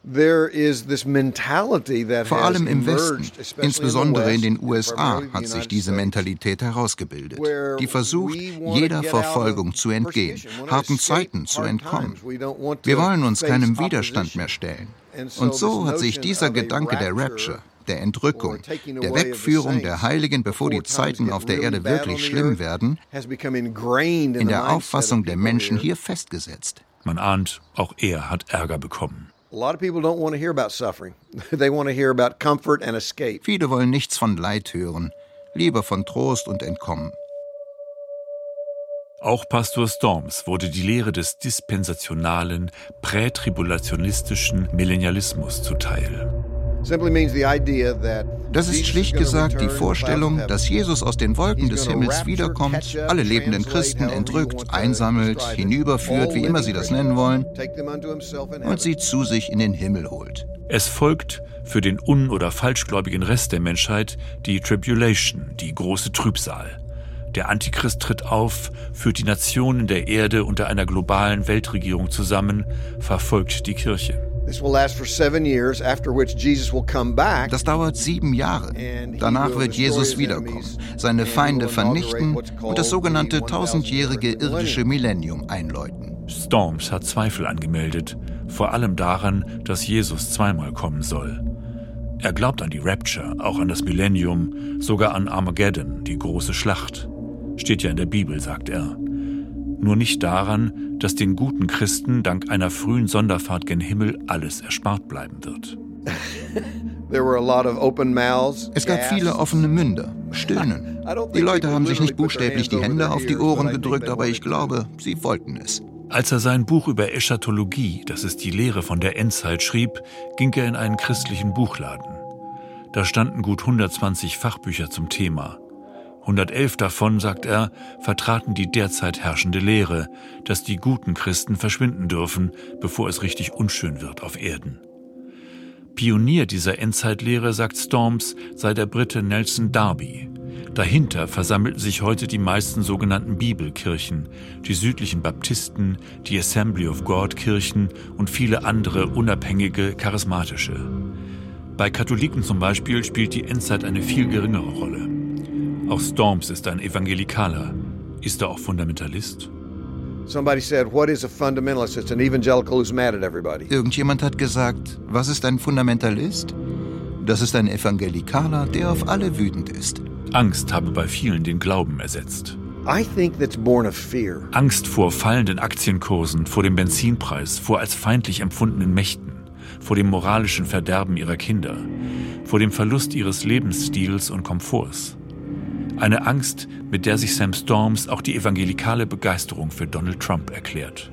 Vor allem im Westen, insbesondere in den USA, hat sich diese Mentalität herausgebildet, die versucht, jeder Verfolgung zu entgehen, harten Zeiten zu entkommen. Wir wollen uns keinem Widerstand mehr stellen. Und so hat sich dieser Gedanke der Rapture, der Entrückung, der Wegführung der Heiligen, bevor die Zeiten auf der Erde wirklich schlimm werden, in der Auffassung der Menschen hier festgesetzt. Man ahnt, auch er hat Ärger bekommen. Viele wollen nichts von Leid hören, lieber von Trost und Entkommen. Auch Pastor Storms wurde die Lehre des dispensationalen, prätribulationistischen Millennialismus zuteil. Das ist schlicht gesagt die Vorstellung, dass Jesus aus den Wolken des Himmels wiederkommt, alle lebenden Christen entrückt, einsammelt, hinüberführt, wie immer sie das nennen wollen, und sie zu sich in den Himmel holt. Es folgt für den un- oder falschgläubigen Rest der Menschheit die Tribulation, die große Trübsal. Der Antichrist tritt auf, führt die Nationen der Erde unter einer globalen Weltregierung zusammen, verfolgt die Kirche. Das dauert 7 Jahre. Danach wird Jesus wiederkommen, seine Feinde vernichten und das sogenannte 1000-jährige irdische Millennium einläuten. Storms hat Zweifel angemeldet, vor allem daran, dass Jesus zweimal kommen soll. Er glaubt an die Rapture, auch an das Millennium, sogar an Armageddon, die große Schlacht. Steht ja in der Bibel, sagt er. Nur nicht daran, dass den guten Christen dank einer frühen Sonderfahrt gen Himmel alles erspart bleiben wird. Es gab viele offene Münder, Stöhnen. Die Leute haben sich nicht buchstäblich die Hände auf die Ohren gedrückt, aber ich glaube, sie wollten es. Als er sein Buch über Eschatologie, das ist die Lehre von der Endzeit, schrieb, ging er in einen christlichen Buchladen. Da standen gut 120 Fachbücher zum Thema. 111 davon, sagt er, vertraten die derzeit herrschende Lehre, dass die guten Christen verschwinden dürfen, bevor es richtig unschön wird auf Erden. Pionier dieser Endzeitlehre, sagt Storms, sei der Brite Nelson Darby. Dahinter versammelten sich heute die meisten sogenannten Bibelkirchen, die südlichen Baptisten, die Assembly of God Kirchen und viele andere unabhängige, charismatische. Bei Katholiken zum Beispiel spielt die Endzeit eine viel geringere Rolle. Auch Storms ist ein Evangelikaler. Ist er auch Fundamentalist? Irgendjemand hat gesagt, was ist ein Fundamentalist? Das ist ein Evangelikaler, der auf alle wütend ist. Angst habe bei vielen den Glauben ersetzt. Angst vor fallenden Aktienkursen, vor dem Benzinpreis, vor als feindlich empfundenen Mächten, vor dem moralischen Verderben ihrer Kinder, vor dem Verlust ihres Lebensstils und Komforts. Eine Angst, mit der sich Sam Storms auch die evangelikale Begeisterung für Donald Trump erklärt.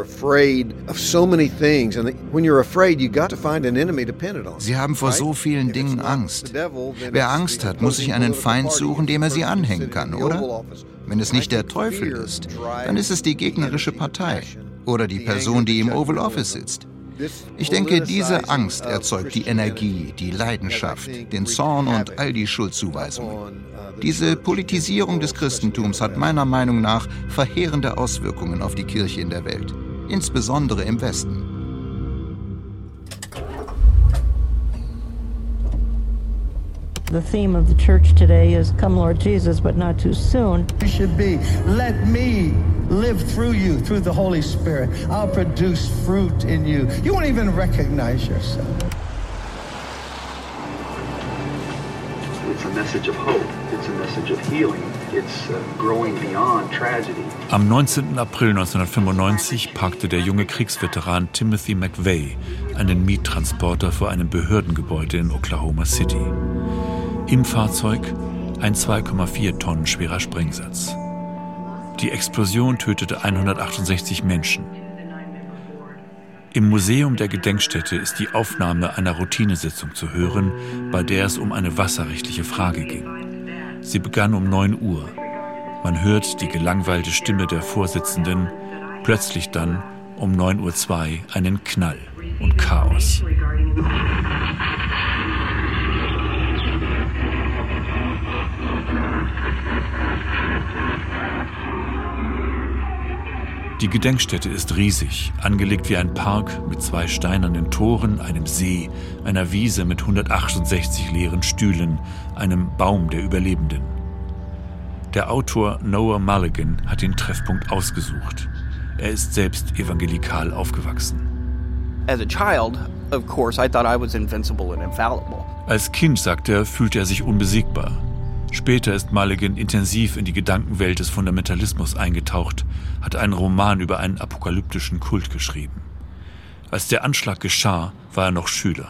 Sie haben vor so vielen Dingen Angst. Wer Angst hat, muss sich einen Feind suchen, dem er sie anhängen kann, oder? Wenn es nicht der Teufel ist, dann ist es die gegnerische Partei oder die Person, die im Oval Office sitzt. Ich denke, diese Angst erzeugt die Energie, die Leidenschaft, den Zorn und all die Schuldzuweisungen. Diese Politisierung des Christentums hat meiner Meinung nach verheerende Auswirkungen auf die Kirche in der Welt, insbesondere im Westen. The theme of the church today is "Come, Lord Jesus, but not too soon." You should be, let me live through you, through the Holy Spirit. I'll produce fruit in you. You won't even recognize yourself. It's a message of hope. It's a message of healing. It's growing beyond tragedy. Am 19. April 1995 parkte der junge Kriegsveteran Timothy McVeigh einen Miettransporter vor einem Behördengebäude in Oklahoma City. Im Fahrzeug ein 2,4 Tonnen schwerer Sprengsatz. Die Explosion tötete 168 Menschen. Im Museum der Gedenkstätte ist die Aufnahme einer Routinesitzung zu hören, bei der es um eine wasserrechtliche Frage ging. Sie begann um 9 Uhr. Man hört die gelangweilte Stimme der Vorsitzenden, plötzlich dann um 9:02 Uhr einen Knall und Chaos. Die Gedenkstätte ist riesig, angelegt wie ein Park mit 2 steinernen Toren, einem See, einer Wiese mit 168 leeren Stühlen, einem Baum der Überlebenden. Der Autor Noah Mulligan hat den Treffpunkt ausgesucht. Er ist selbst evangelikal aufgewachsen. As a child, of course, I thought I was invincible and infallible. Als Kind, sagt er, fühlte er sich unbesiegbar. Später ist Mulligan intensiv in die Gedankenwelt des Fundamentalismus eingetaucht, hat einen Roman über einen apokalyptischen Kult geschrieben. Als der Anschlag geschah, war er noch Schüler.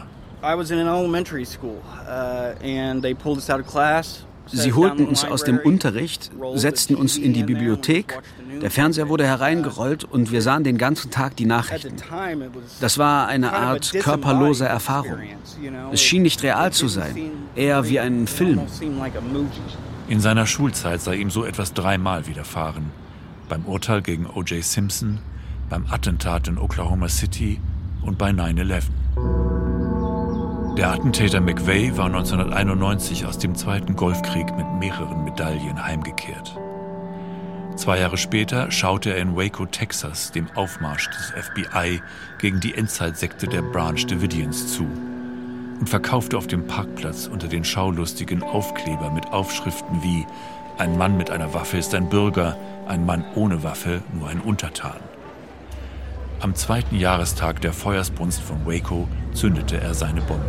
Sie holten uns aus dem Unterricht, setzten uns in die Bibliothek Der Fernseher wurde hereingerollt und wir sahen den ganzen Tag die Nachrichten. Das war eine Art körperloser Erfahrung. Es schien nicht real zu sein, eher wie ein Film. In seiner Schulzeit sei ihm so etwas 3-mal widerfahren. Beim Urteil gegen O.J. Simpson, beim Attentat in Oklahoma City und bei 9/11. Der Attentäter McVeigh war 1991 aus dem Zweiten Golfkrieg mit mehreren Medaillen heimgekehrt. 2 Jahre später schaute er in Waco, Texas, dem Aufmarsch des FBI gegen die Endzeitsekte der Branch Davidians zu und verkaufte auf dem Parkplatz unter den Schaulustigen Aufkleber mit Aufschriften wie „Ein Mann mit einer Waffe ist ein Bürger, ein Mann ohne Waffe nur ein Untertan". Am 2. Jahrestag der Feuersbrunst von Waco zündete er seine Bombe.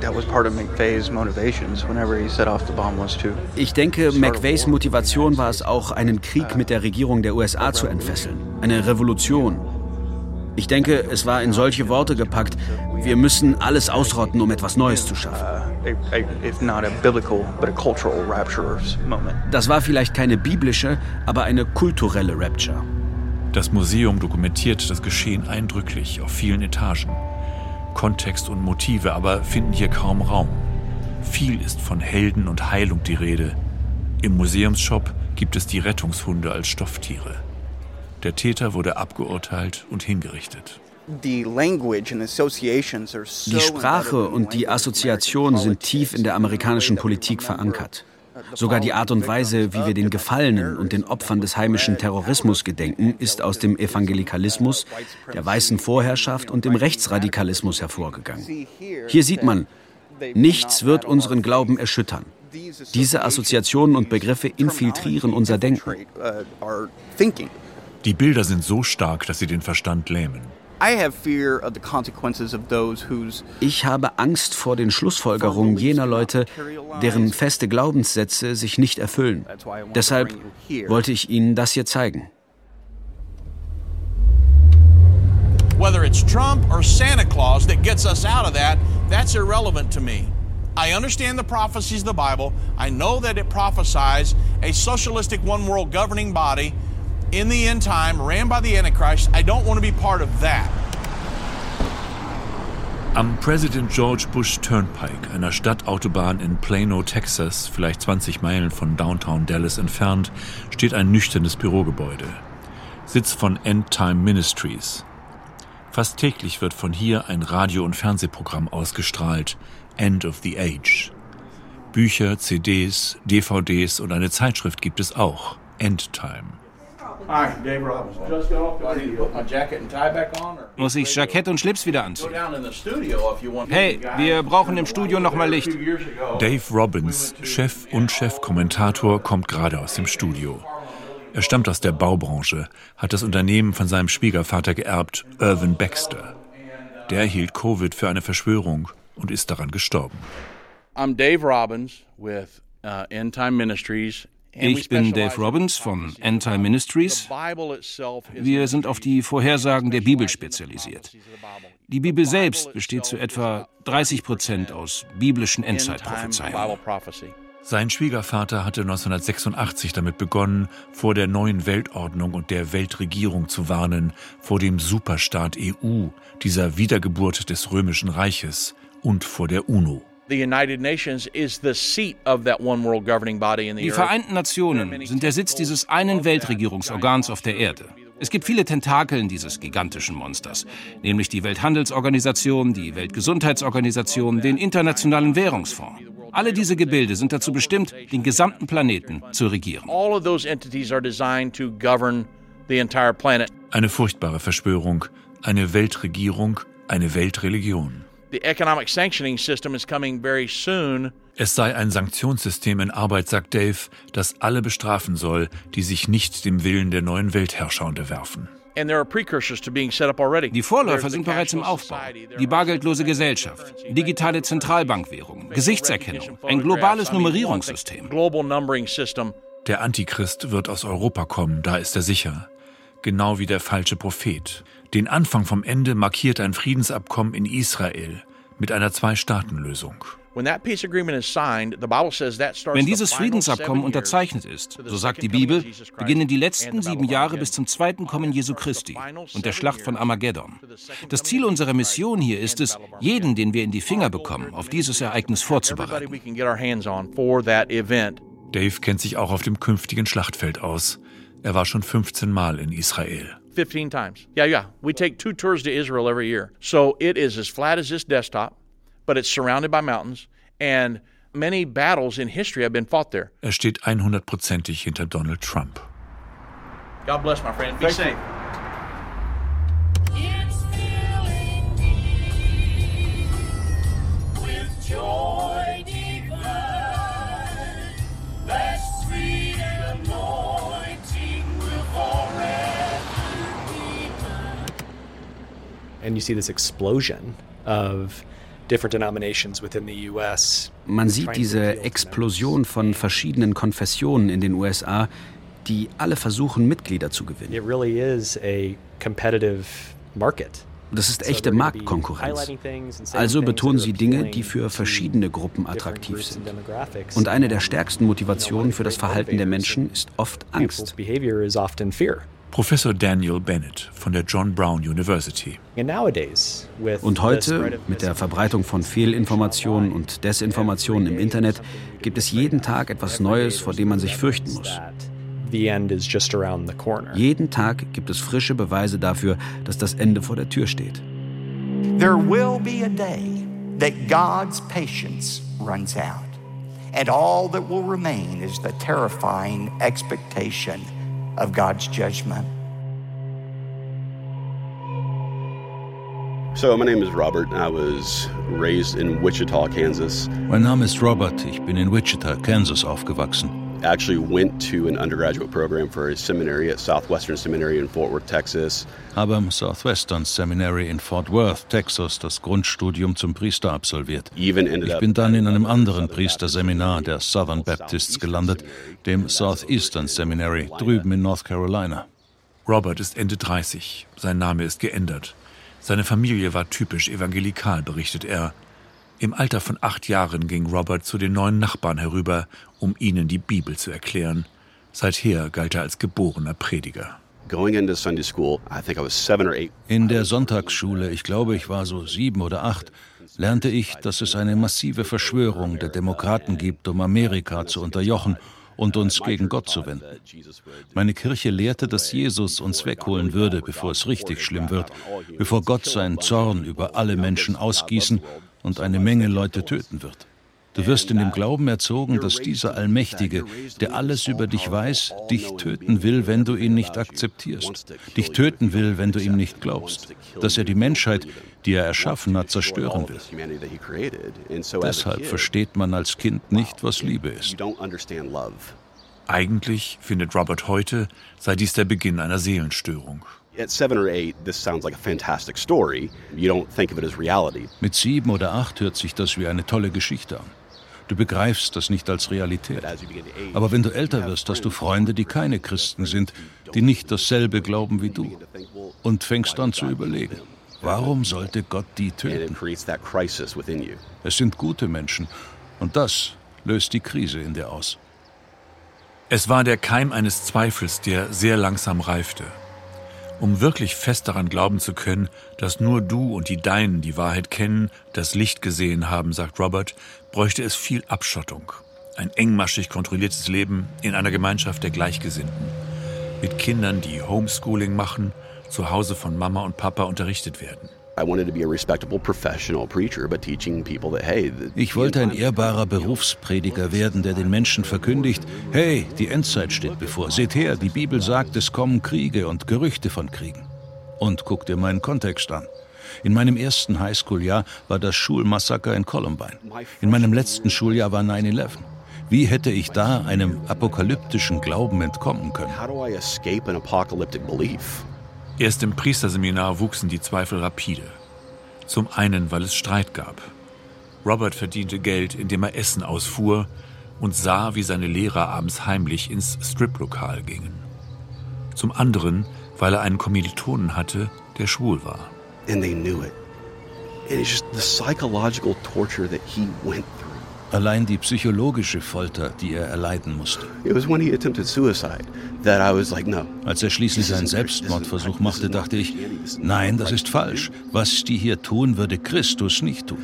Ich denke, McVeighs Motivation war es auch, einen Krieg mit der Regierung der USA zu entfesseln. Eine Revolution. Ich denke, es war in solche Worte gepackt: Wir müssen alles ausrotten, um etwas Neues zu schaffen. Das war vielleicht keine biblische, aber eine kulturelle Rapture. Das Museum dokumentiert das Geschehen eindrücklich auf vielen Etagen. Kontext und Motive aber finden hier kaum Raum. Viel ist von Helden und Heilung die Rede. Im Museumsshop gibt es die Rettungshunde als Stofftiere. Der Täter wurde abgeurteilt und hingerichtet. Die Sprache und die Assoziation sind tief in der amerikanischen Politik verankert. Sogar die Art und Weise, wie wir den Gefallenen und den Opfern des heimischen Terrorismus gedenken, ist aus dem Evangelikalismus, der weißen Vorherrschaft und dem Rechtsradikalismus hervorgegangen. Hier sieht man, nichts wird unseren Glauben erschüttern. Diese Assoziationen und Begriffe infiltrieren unser Denken. Die Bilder sind so stark, dass sie den Verstand lähmen. Ich habe Angst vor den Schlussfolgerungen jener Leute, deren feste Glaubenssätze sich nicht erfüllen. Deshalb wollte ich Ihnen das hier zeigen. Whether it's Trump or Santa Claus that gets us out of that, that's irrelevant to me. I understand the prophecies of the Bible. I know that it prophesies a socialistic one-world governing body in the end time, ran by the Antichrist. I don't want to be part of that. Am President George Bush Turnpike, einer Stadtautobahn in Plano, Texas, vielleicht 20 Meilen von Downtown Dallas entfernt, steht ein nüchternes Bürogebäude. Sitz von End Time Ministries. Fast täglich wird von hier ein Radio- und Fernsehprogramm ausgestrahlt, End of the Age. Bücher, CDs, DVDs und eine Zeitschrift gibt es auch, End Time. Muss ich Jackett und Schlips wieder anziehen? Hey, wir brauchen im Studio noch mal Licht. Dave Robbins, Chef und Chefkommentator, kommt gerade aus dem Studio. Er stammt aus der Baubranche, hat das Unternehmen von seinem Schwiegervater geerbt, Irvin Baxter. Der hielt Covid für eine Verschwörung und ist daran gestorben. I'm Dave Robbins with End Time Ministries. Ich bin Dave Robbins von End Time Ministries. Wir sind auf die Vorhersagen der Bibel spezialisiert. Die Bibel selbst besteht zu etwa 30% aus biblischen Endzeitprophezeiungen. Sein Schwiegervater hatte 1986 damit begonnen, vor der neuen Weltordnung und der Weltregierung zu warnen, vor dem Superstaat EU, dieser Wiedergeburt des Römischen Reiches, und vor der UNO. Die Vereinten Nationen sind der Sitz dieses einen Weltregierungsorgans auf der Erde. Es gibt viele Tentakeln dieses gigantischen Monsters, nämlich die Welthandelsorganisation, die Weltgesundheitsorganisation, den Internationalen Währungsfonds. Alle diese Gebilde sind dazu bestimmt, den gesamten Planeten zu regieren. Eine furchtbare Verschwörung, eine Weltregierung, eine Weltreligion. Es sei ein Sanktionssystem in Arbeit, sagt Dave, das alle bestrafen soll, die sich nicht dem Willen der neuen Weltherrscher unterwerfen. Die Vorläufer sind bereits im Aufbau. Die bargeldlose Gesellschaft, digitale Zentralbankwährung, Gesichtserkennung, ein globales Nummerierungssystem. Der Antichrist wird aus Europa kommen, da ist er sicher. Genau wie der falsche Prophet. Den Anfang vom Ende markiert ein Friedensabkommen in Israel mit einer 2-Staaten-Lösung. Wenn dieses Friedensabkommen unterzeichnet ist, so sagt die Bibel, beginnen die letzten 7 Jahre bis zum zweiten Kommen Jesu Christi und der Schlacht von Armageddon. Das Ziel unserer Mission hier ist es, jeden, den wir in die Finger bekommen, auf dieses Ereignis vorzubereiten. Dave kennt sich auch auf dem künftigen Schlachtfeld aus. Er war schon 15 Mal in Israel. 15 times. Yeah. We take 2 tours to Israel every year. So it is as flat as this desktop, but it's surrounded by mountains, and many battles in history have been fought there. Er steht 100%ig hinter Donald Trump. God bless, my friend. Be safe. And you see this explosion of different denominations within the US. Man sieht diese Explosion von verschiedenen Konfessionen in den USA, die alle versuchen, Mitglieder zu gewinnen. It really is a competitive market. Das ist echte Marktkonkurrenz. Also betonen sie Dinge, die für verschiedene Gruppen attraktiv sind. Und eine der stärksten Motivationen für das Verhalten der Menschen ist oft Angst. Professor Daniel Bennett von der John Brown University. Und heute, mit der Verbreitung von Fehlinformationen und Desinformationen im Internet, gibt es jeden Tag etwas Neues, vor dem man sich fürchten muss. Jeden Tag gibt es frische Beweise dafür, dass das Ende vor der Tür steht. There will be a day that God's patience runs out, and all that will remain is the terrifying expectation of God's judgment. So, my name is Robert. I was raised in Wichita, Kansas. Mein Name ist Robert. Ich bin in Wichita, Kansas aufgewachsen. I actually went to an undergraduate program for a seminary at Southwestern Seminary in Fort Worth, Texas. Habe am Southwestern Seminary in Fort Worth, Texas, das Grundstudium zum Priester absolviert. Ich bin dann in einem anderen Priesterseminar der Southern Baptists gelandet, dem Southeastern Seminary, drüben in North Carolina. Robert ist Ende 30. Sein Name ist geändert. Seine Familie war typisch evangelikal, berichtet er. Im Alter von 8 Jahren ging Robert zu den neuen Nachbarn herüber, um ihnen die Bibel zu erklären. Seither galt er als geborener Prediger. In der Sonntagsschule, ich glaube, ich war so 7 oder 8, lernte ich, dass es eine massive Verschwörung der Demokraten gibt, um Amerika zu unterjochen und uns gegen Gott zu wenden. Meine Kirche lehrte, dass Jesus uns wegholen würde, bevor es richtig schlimm wird, bevor Gott seinen Zorn über alle Menschen ausgießen und eine Menge Leute töten wird. Du wirst in dem Glauben erzogen, dass dieser Allmächtige, der alles über dich weiß, dich töten will, wenn du ihn nicht akzeptierst. Dich töten will, wenn du ihm nicht glaubst. Dass er die Menschheit, die er erschaffen hat, zerstören will. Deshalb versteht man als Kind nicht, was Liebe ist. Eigentlich, findet Robert heute, sei dies der Beginn einer Seelenstörung. At 7 or 8, this sounds like a fantastic story. You don't think of it as reality. Mit 7 oder 8 hört sich das wie eine tolle Geschichte an. Du begreifst das nicht als Realität. Aber wenn du älter wirst, hast du Freunde, die keine Christen sind, die nicht dasselbe glauben wie du. Und fängst an zu überlegen, warum sollte Gott die töten? Es sind gute Menschen. Und das löst die Krise in dir aus. Es war der Keim eines Zweifels, der sehr langsam reifte. Um wirklich fest daran glauben zu können, dass nur du und die Deinen die Wahrheit kennen, das Licht gesehen haben, sagt Robert, bräuchte es viel Abschottung. Ein engmaschig kontrolliertes Leben in einer Gemeinschaft der Gleichgesinnten. Mit Kindern, die Homeschooling machen, zu Hause von Mama und Papa unterrichtet werden. Ich wollte ein ehrbarer Berufsprediger werden, der den Menschen verkündigt, hey, die Endzeit steht bevor. Seht her, die Bibel sagt, es kommen Kriege und Gerüchte von Kriegen. Und guck dir meinen Kontext an. In meinem ersten Highschool-Jahr war das Schulmassaker in Columbine. In meinem letzten Schuljahr war 9/11. Wie hätte ich da einem apokalyptischen Glauben entkommen können? Erst im Priesterseminar wuchsen die Zweifel rapide. Zum einen, weil es Streit gab. Robert verdiente Geld, indem er Essen ausfuhr und sah, wie seine Lehrer abends heimlich ins Striplokal gingen. Zum anderen, weil er einen Kommilitonen hatte, der schwul war. And they knew it. It is just the psychological torture that he went through. Allein die psychologische Folter, die er erleiden musste. Als er schließlich einen Selbstmordversuch machte, dachte ich, nein, das ist falsch. Was die hier tun, würde Christus nicht tun.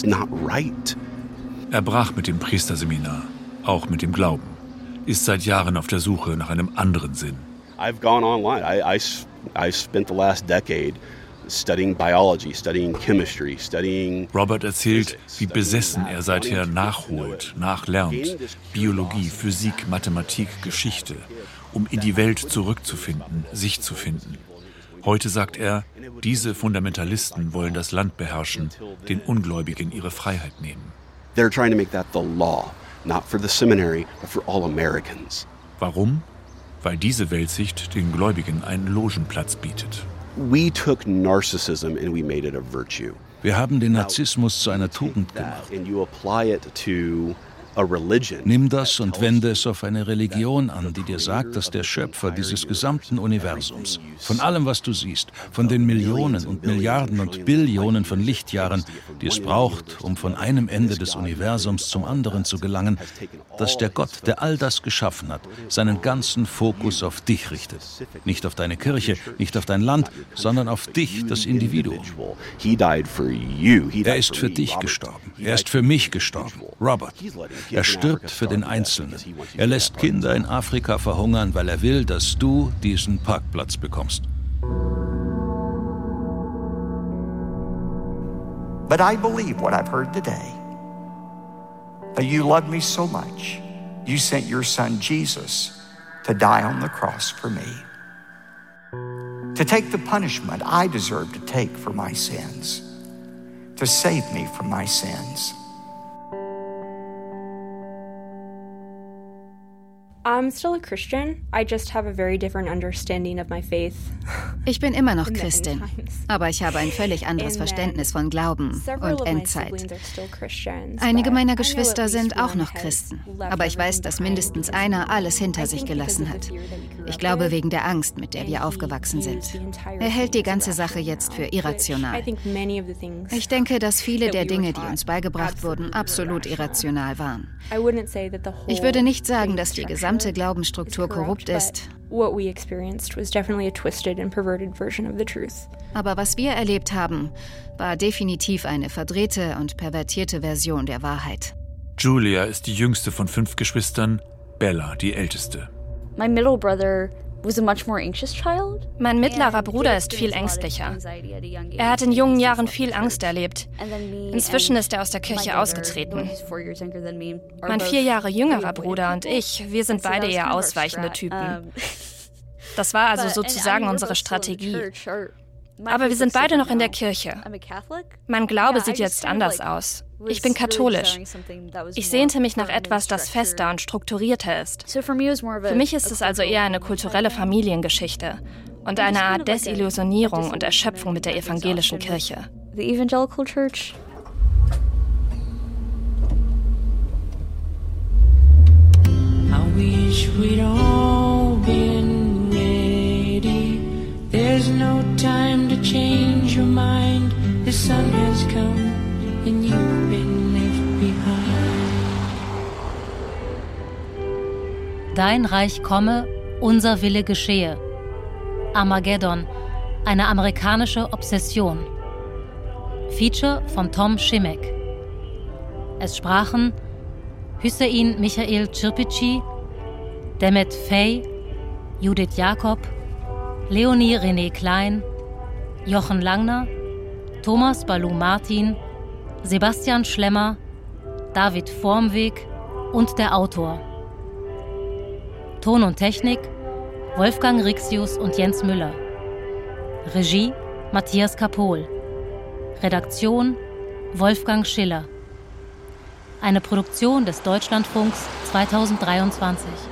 Er brach mit dem Priesterseminar, auch mit dem Glauben, ist seit Jahren auf der Suche nach einem anderen Sinn. I've gone online. I spent the last decade studying biology, studying chemistry, studying. Robert erzählt, wie besessen er seither nachholt, nachlernt. Biologie, Physik, Mathematik, Geschichte, um in die Welt zurückzufinden, sich zu finden. Heute sagt er, diese Fundamentalisten wollen das Land beherrschen, den Ungläubigen ihre Freiheit nehmen. They're trying to make that the law, not for the seminary, but for all Americans. Warum? Weil diese Weltsicht den Gläubigen einen Logenplatz bietet. We took narcissism and we made it a virtue. Wir haben den Narzissmus zu einer Tugend gemacht. And you apply it to a religion. Nimm das und wende es auf eine Religion an, die dir sagt, dass der Schöpfer dieses gesamten Universums, von allem, was du siehst, von den Millionen und Milliarden und Billionen von Lichtjahren, die es braucht, um von einem Ende des Universums zum anderen zu gelangen, dass der Gott, der all das geschaffen hat, seinen ganzen Fokus auf dich richtet. Nicht auf deine Kirche, nicht auf dein Land, sondern auf dich, das Individuum. Er ist für dich gestorben. Er ist für mich gestorben. Robert. Er stirbt für den Einzelnen. Er lässt Kinder in Afrika verhungern, weil er will, dass du diesen Parkplatz bekommst. But I believe what I've heard today. That you love me so much, you sent your son Jesus to die on the cross for me. To take the punishment I deserve to take for my sins. To save me from my sins. I'm still a Christian. I just have a very different understanding of my faith. Ich bin immer noch Christin, aber ich habe ein völlig anderes Verständnis von Glauben und Endzeit. Einige meiner Geschwister sind auch noch Christen, aber ich weiß, dass mindestens einer alles hinter sich gelassen hat. Ich glaube wegen der Angst, mit der wir aufgewachsen sind. Er hält die ganze Sache jetzt für irrational. Ich denke, dass viele der Dinge, die uns beigebracht wurden, absolut irrational waren. Ich würde nicht sagen, dass die gesamte Glaubensstruktur korrupt ist. Aber was wir erlebt haben, war definitiv eine verdrehte und pervertierte Version der Wahrheit. Julia ist die jüngste von 5 Geschwistern, Bella die älteste. Mein mittlerer Bruder ist viel ängstlicher. Er hat in jungen Jahren viel Angst erlebt. Inzwischen ist er aus der Kirche ausgetreten. Mein 4 Jahre jüngerer Bruder und ich, wir sind beide eher ausweichende Typen. Das war also sozusagen unsere Strategie. Aber wir sind beide noch in der Kirche. Mein Glaube sieht jetzt anders aus. Ich bin katholisch. Ich sehnte mich nach etwas, das fester und strukturierter ist. Für mich ist es also eher eine kulturelle Familiengeschichte und eine Art Desillusionierung und Erschöpfung mit der evangelischen Kirche. The Evangelical Church. I wish we'd all been ready. There's no time to change your mind. The sun has come and you've been left behind. Dein Reich komme, unser Wille geschehe. Armageddon, eine amerikanische Obsession. Feature von Tom Schimek. Es sprachen Hüseyin Michael Çirpici, Demet Fey, Judith Jakob, Leonie René Klein, Jochen Langner, Thomas Balu Martin, Sebastian Schlemmer, David Vormweg und der Autor. Ton und Technik Wolfgang Rixius und Jens Müller. Regie Matthias Kapohl. Redaktion Wolfgang Schiller. Eine Produktion des Deutschlandfunks 2023.